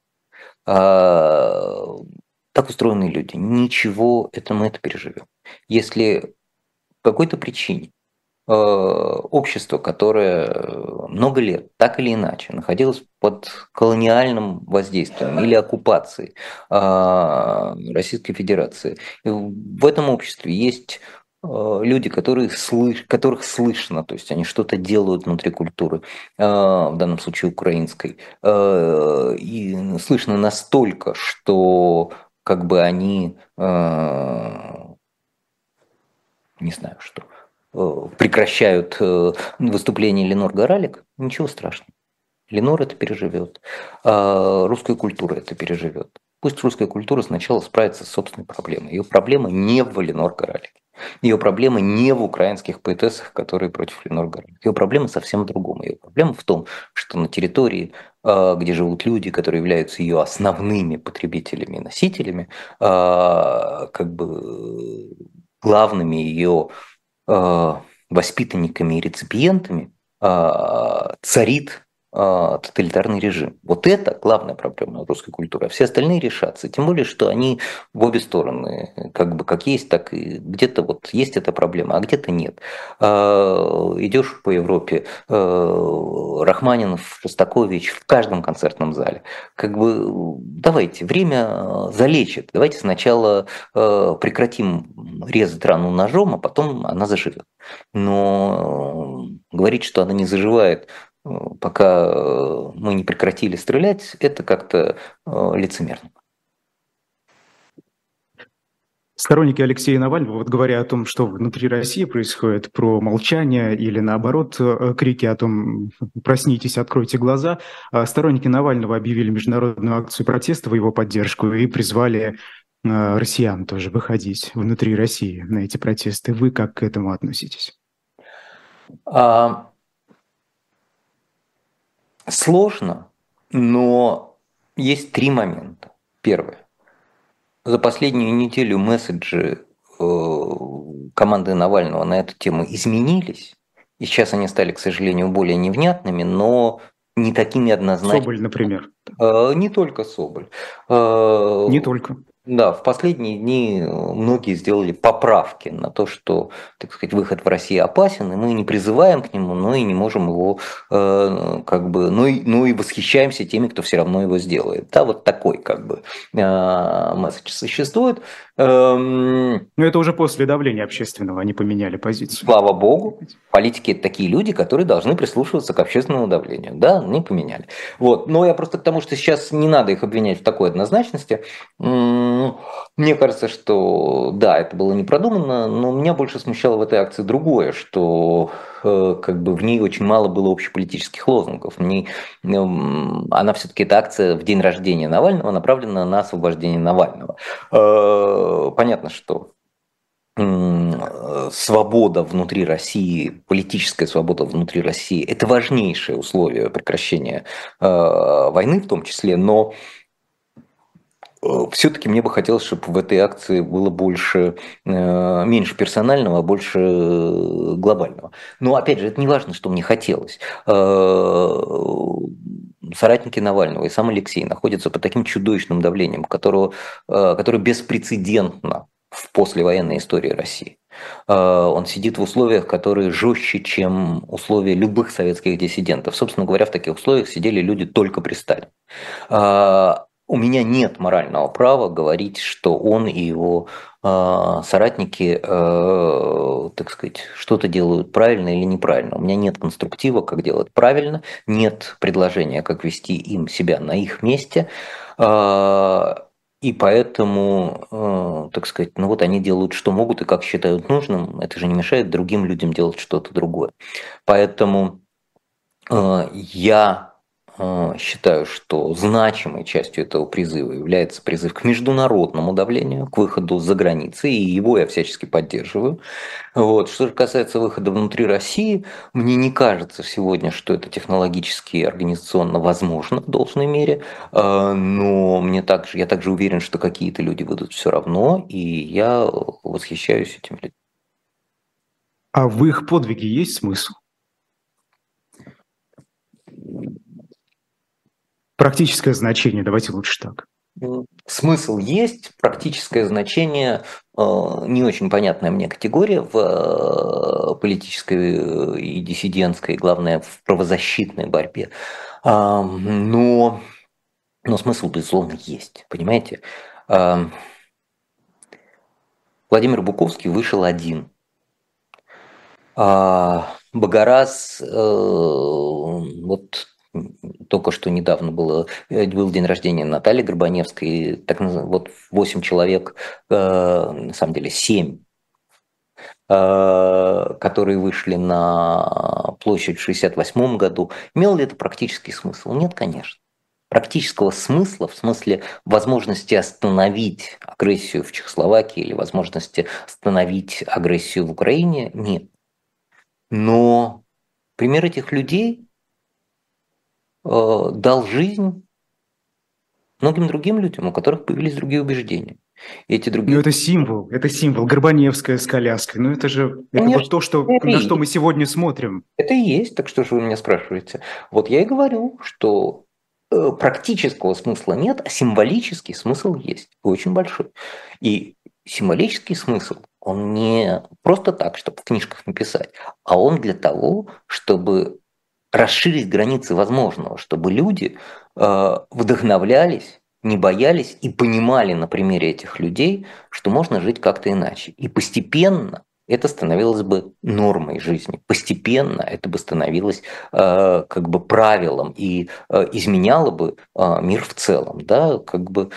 А, Так устроены люди. Ничего, это мы это переживем. Если по какой-то причине э, общество, которое много лет, так или иначе, находилось под колониальным воздействием или оккупацией э, Российской Федерации. И в этом обществе есть э, люди, которые слыш, которых слышно, то есть они что-то делают внутри культуры, э, в данном случае украинской, э, и слышно настолько, что как бы они, э, не знаю что, э, прекращают э, выступление Ленор Горалик, ничего страшного. Ленор это переживет, а русская культура это переживет. Пусть русская культура сначала справится с собственной проблемой. Ее проблема не в Ленор Горалике. Ее проблема не в украинских поэтессах, которые против Ленор Горалик. Ее проблема совсем в другом. Ее проблема в том, что на территории, а, где живут люди, которые являются ее основными потребителями и носителями, а, как бы главными ее а, воспитанниками и реципиентами, а, царит а, тоталитарный режим. Вот это главная проблема русской культуры. А все остальные решатся. Тем более, что они в обе стороны, как бы как есть, так и где-то вот есть эта проблема, а где-то нет. А, Идешь по Европе, а, Рахманинов, Шостакович в каждом концертном зале. Как бы давайте, время залечит. Давайте сначала а, прекратим резать рану ножом, а потом она заживет. Но говорить, что она не заживает, э, пока э, мы не прекратили стрелять, это как-то э, лицемерно. Сторонники Алексея Навального, вот говоря о том, что внутри России происходит, про молчание или наоборот э, крики о том, проснитесь, откройте глаза, а сторонники Навального объявили международную акцию протеста в его поддержку и призвали э, россиян тоже выходить внутри России на эти протесты. Вы как к этому относитесь? А, Сложно, но есть три момента. Первое. За последнюю неделю месседжи э, команды Навального на эту тему изменились, и сейчас они стали, к сожалению, более невнятными, но не такими однозначными. Соболь, например. Э, Не только Соболь. Э, Не только. Да, в последние дни многие сделали поправки на то, что, так сказать, выход в Россию опасен, и мы не призываем к нему, но и не можем его, э, как бы, ну и, ну и восхищаемся теми, кто все равно его сделает. Да, вот такой, как бы, э, месседж существует. Эм, Но это уже после давления общественного они поменяли позицию. Слава богу, политики – это такие люди, которые должны прислушиваться к общественному давлению. Да, не поменяли. Вот. Но я просто к тому, что сейчас не надо их обвинять в такой однозначности. М, Мне кажется, что да, это было не продумано, но меня больше смущало в этой акции другое, что э, как бы в ней очень мало было общеполитических лозунгов. В ней, м, она все-таки, эта акция в день рождения Навального направлена на освобождение Навального. Э, Понятно, что свобода внутри России, политическая свобода внутри России – это важнейшее условие прекращения э, войны в том числе, но э, все-таки мне бы хотелось, чтобы в этой акции было больше, э, меньше персонального, а больше э, глобального. Но опять же, это не важно, что мне хотелось. Э, Соратники Навального и сам Алексей находятся под таким чудовищным давлением, которого, э, которое беспрецедентно в послевоенной истории России. Он сидит в условиях, которые жестче, чем условия любых советских диссидентов. Собственно говоря, в таких условиях сидели люди только при Сталине. У меня нет морального права говорить, что он и его соратники, так сказать, что-то делают правильно или неправильно. У меня нет конструктива, как делать правильно, нет предложения, как вести им себя на их месте. И поэтому, э, так сказать, ну вот они делают, что могут и как считают нужным. Это же не мешает другим людям делать что-то другое. Поэтому э, я э, считаю, что значимой частью этого призыва является призыв к международному давлению, к выходу за границы, и его я всячески поддерживаю. Вот. Что же касается выхода внутри России, мне не кажется сегодня, что это технологически и организационно возможно в должной мере, э, но мне также, я также уверен, что какие-то люди выйдут все равно, и я восхищаюсь этим людьми. А в их подвиге есть смысл? Практическое значение, давайте лучше так. Смысл есть, практическое значение э, не очень понятная мне категория в э, политической и диссидентской, главное, в правозащитной борьбе. А, но, но смысл, безусловно, есть, понимаете? А, Владимир Буковский вышел один. А Багарас, э, вот только что недавно было, э, был день рождения Натальи Горбаневской, так наз- вот восемь человек, э, на самом деле семь, э, которые вышли на площадь в шестьдесят восьмом году. Имел ли это практический смысл? Нет, конечно. Практического смысла, в смысле возможности остановить агрессию в Чехословакии или возможности остановить агрессию в Украине, нет. Но пример этих людей э, дал жизнь многим другим людям, у которых появились другие убеждения. И эти Ну, другие... это символ, это символ. Горбаневская с коляской. Ну, это же, это вот Конечно, то, что, это и на что есть. мы сегодня смотрим. Это и есть, так что же вы меня спрашиваете? Вот я и говорю, что э, практического смысла нет, а символический смысл есть, и очень большой. И символический смысл, он не просто так, чтобы в книжках написать, а он для того, чтобы расширить границы возможного, чтобы люди э, вдохновлялись, не боялись и понимали на примере этих людей, что можно жить как-то иначе. И постепенно это становилось бы нормой жизни. Постепенно это бы становилось э, как бы правилом и э, изменяло бы э, мир в целом. Да? Как бы,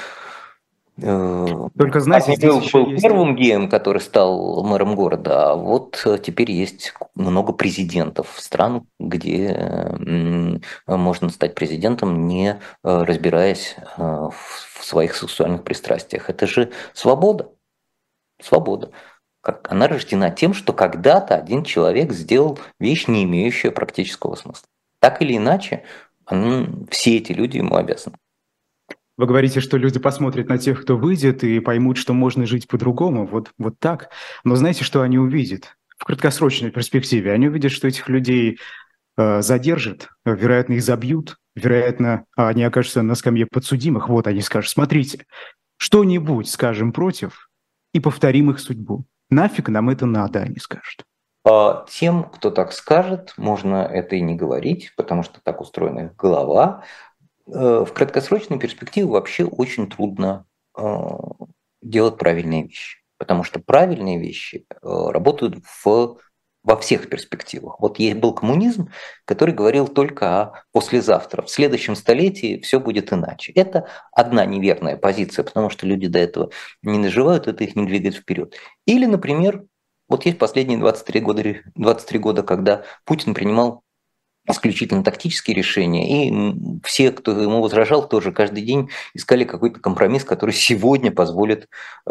э, Только, знаете, Парень здесь был, еще был есть... первым геем, который стал мэром города, а вот э, теперь есть много президентов стран, где м, можно стать президентом, не э, разбираясь э, в своих сексуальных пристрастиях. Это же свобода. Свобода. Как она рождена тем, что когда-то один человек сделал вещь, не имеющую практического смысла. Так или иначе, он- все эти люди ему обязаны. Вы говорите, что люди посмотрят на тех, кто выйдет, и поймут, что можно жить по-другому. Вот, вот так. Но знаете, что они увидят? В краткосрочной перспективе они увидят, что этих людей э, задержат, э, вероятно, их забьют, вероятно, они окажутся на скамье подсудимых. Вот они скажут, смотрите, что-нибудь скажем против и повторим их судьбу. Нафиг нам это надо, они скажут. А Тем, кто так скажет, можно это и не говорить, потому что так устроена их голова. Э, В краткосрочной перспективе вообще очень трудно э, делать правильные вещи, потому что правильные вещи э, работают в, во всех перспективах. Вот есть был коммунизм, который говорил только о послезавтра. В следующем столетии все будет иначе. Это одна неверная позиция, потому что люди до этого не наживают, это их не двигает вперед. Или, например, вот есть последние двадцать три года, двадцать три года, когда Путин принимал исключительно тактические решения, и все, кто ему возражал, тоже каждый день искали какой-то компромисс, который сегодня позволит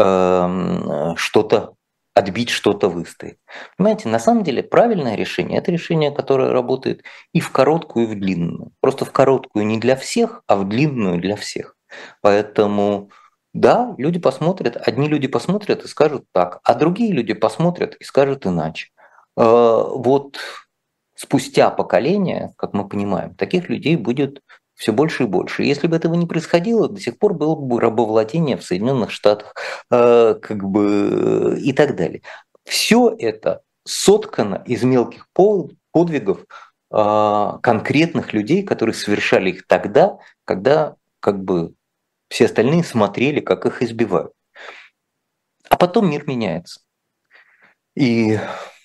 э, что-то отбить, что-то выстоять. Понимаете, на самом деле правильное решение – это решение, которое работает и в короткую, и в длинную. Просто в короткую не для всех, а в длинную для всех. Поэтому да, люди посмотрят, одни люди посмотрят и скажут так, а другие люди посмотрят и скажут иначе. Э, Вот спустя поколения, как мы понимаем, таких людей будет все больше и больше. И если бы этого не происходило, до сих пор было бы рабовладение в Соединенных Штатах, э, как бы, и так далее. Все это соткано из мелких подвигов э, конкретных людей, которые совершали их тогда, когда как бы все остальные смотрели, как их избивают. А потом мир меняется. И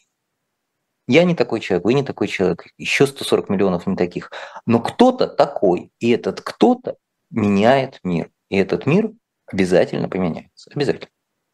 я не такой человек, вы не такой человек, еще сто сорок миллионов не таких. Но кто-то такой, и этот кто-то меняет мир. И этот мир обязательно поменяется. Обязательно.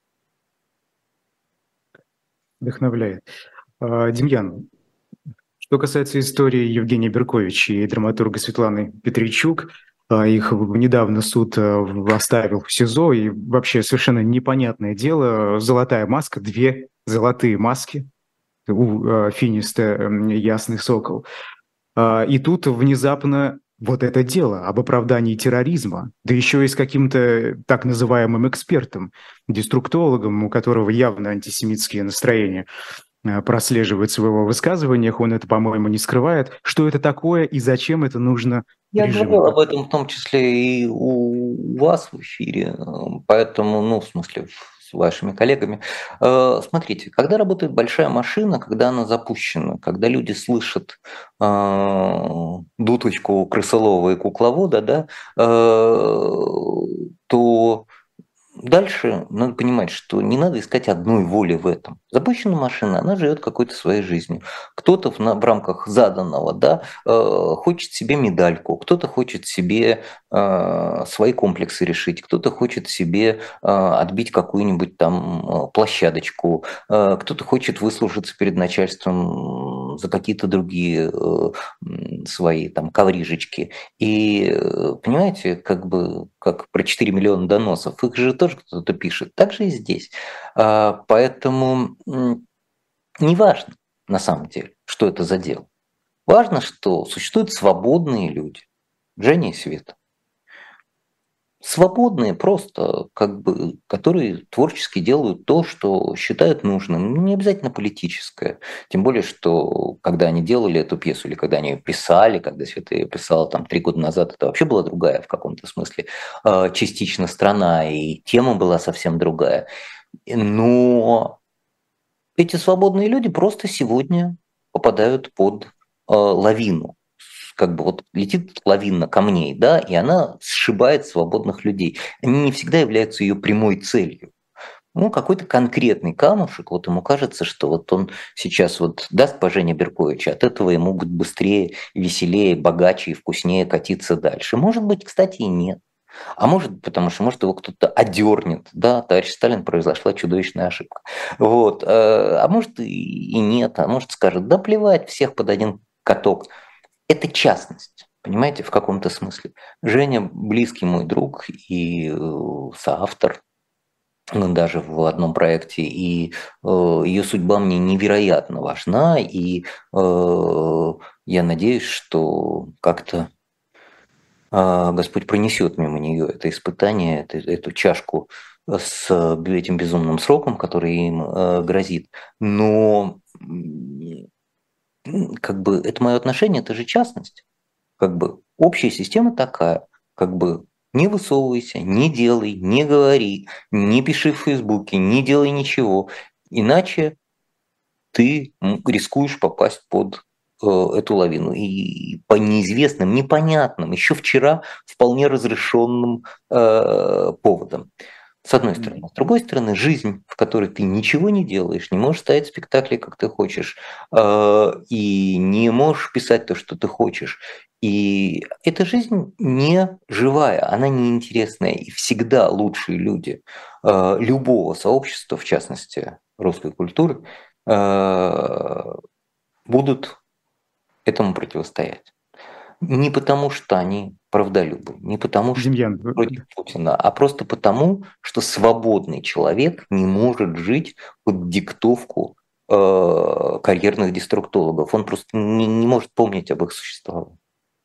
Вдохновляет. А, Демьян, что касается истории Евгения Берковича и драматурга Светланы Петричук, а, их в- недавно суд а, в- оставил в СИЗО, и вообще совершенно непонятное дело. Золотая маска, две золотые маски у а, Финиста м, «Ясный сокол». А, И тут внезапно вот это дело об оправдании терроризма, да еще и с каким-то так называемым экспертом, деструктологом, у которого явно антисемитские настроения э, прослеживается в его высказываниях, он это, по-моему, не скрывает. Что это такое и зачем это нужно Я режиму? говорил об этом в том числе и у вас в эфире, э, поэтому, ну, в смысле, с вашими коллегами. Э, Смотрите, когда работает большая машина, когда она запущена, когда люди слышат э, дуточку крысолова и кукловода, да, э, то дальше надо понимать, что не надо искать одной воли в этом. Запущена машина, она живет какой-то своей жизнью. Кто-то в, на- в рамках заданного, да, э, хочет себе медальку, кто-то хочет себе э, свои комплексы решить, кто-то хочет себе э, отбить какую-нибудь там э, площадочку, э, кто-то хочет выслужиться перед начальством за какие-то другие э, м, свои там коврижечки. И э, понимаете, как бы как про четыре миллиона доносов, их же тоже кто-то пишет. Так же и здесь. А, Поэтому м, неважно на самом деле, что это за дело. Важно, что существуют свободные люди. Женя и Света. Свободные просто, как бы, которые творчески делают то, что считают нужным. Ну, не обязательно политическое. Тем более, что когда они делали эту пьесу, или когда они ее писали, когда Света ее писала там три года назад, это вообще была другая в каком-то смысле э, частично страна, и тема была совсем другая. Но эти свободные люди просто сегодня попадают под э, лавину. Как бы вот летит лавина камней, да, и она сшибает свободных людей. Они не всегда являются ее прямой целью. Ну, какой-то конкретный камушек, вот ему кажется, что вот он сейчас вот даст по Жене Берковичу, от этого ему будет быстрее, веселее, богаче и вкуснее катиться дальше. Может быть, кстати, и нет. А может, потому что, может, его кто-то одернет. Да, товарищ Сталин, произошла чудовищная ошибка. Вот. э, А может и и нет, а может скажет, да плевать, всех под один каток. Это частность, понимаете, в каком-то смысле. Женя близкий мой друг и э, соавтор, ну, даже в одном проекте, и э, ее судьба мне невероятно важна, и э, я надеюсь, что как-то а, Господь пронесет мимо нее это испытание, это- эту чашку с этим безумным сроком, который им э, грозит. Но м, как бы это мое отношение, это же частность. Как бы общая система такая, как бы не высовывайся, не делай, не говори, не пиши в Фейсбуке, не делай ничего. Иначе ты м, рискуешь попасть под э, эту лавину. И по неизвестным, непонятным, еще вчера вполне разрешенным э, поводам. С одной стороны. С другой стороны, жизнь, в которой ты ничего не делаешь, не можешь ставить спектакли, как ты хочешь, э, и не можешь писать то, что ты хочешь. И эта жизнь не живая, она неинтересная. И всегда лучшие люди э, любого сообщества, в частности русской культуры, э, будут этому противостоять. Не потому, что они правдолюбы, не потому, что Демьян, вы- против Путина, а просто потому, что свободный человек не может жить под диктовку э, карьерных деструктологов. Он просто не, не может помнить об их существовании.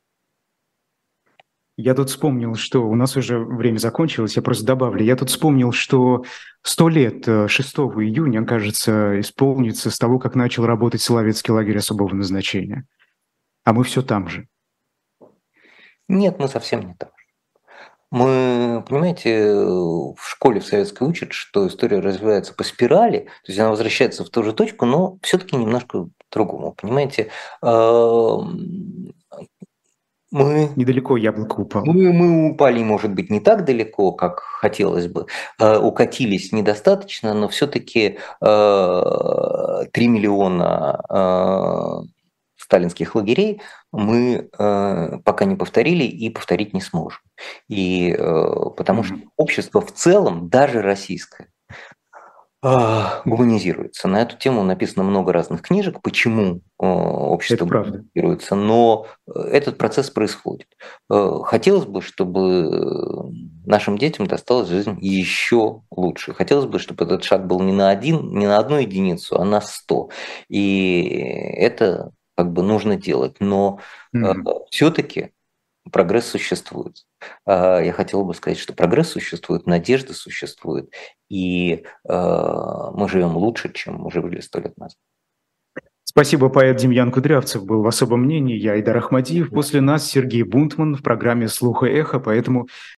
я тут вспомнил, что у нас уже время закончилось, я просто добавлю. Я тут вспомнил, что сто лет э, шестого июня, кажется, исполнится с того, как начал работать Соловецкий лагерь особого назначения. А мы все там же. Нет, мы совсем не там. Мы, понимаете, в школе в советской учат, что история развивается по спирали, то есть она возвращается в ту же точку, но все-таки немножко по-другому. Понимаете, Эм, мы Недалеко яблоко упало. мы, мы упали, может быть, не так далеко, как хотелось бы, э, укатились недостаточно, но все-таки три миллиона э, сталинских лагерей мы э, пока не повторили и повторить не сможем. И э, потому что Мгм. общество в целом, даже российское, а, гуманизируется. На эту тему написано много разных книжек, почему э, Это общество правда. гуманизируется, но э, этот процесс происходит. Э, Хотелось бы, чтобы нашим детям досталась жизнь еще лучше. Хотелось бы, чтобы этот шаг был не на один, не на одну единицу, а на сто. И это как бы нужно делать. Но Мгм. все-таки прогресс существует. А, Я хотел бы сказать, что прогресс существует, надежда существует, и а, мы живем лучше, чем мы жили сто лет назад. Спасибо, поэт Демьян Кудрявцев был в особом мнении. Я Айдар Ахмадиев. После нас Сергей Бунтман в программе «Слух и эхо». Поэтому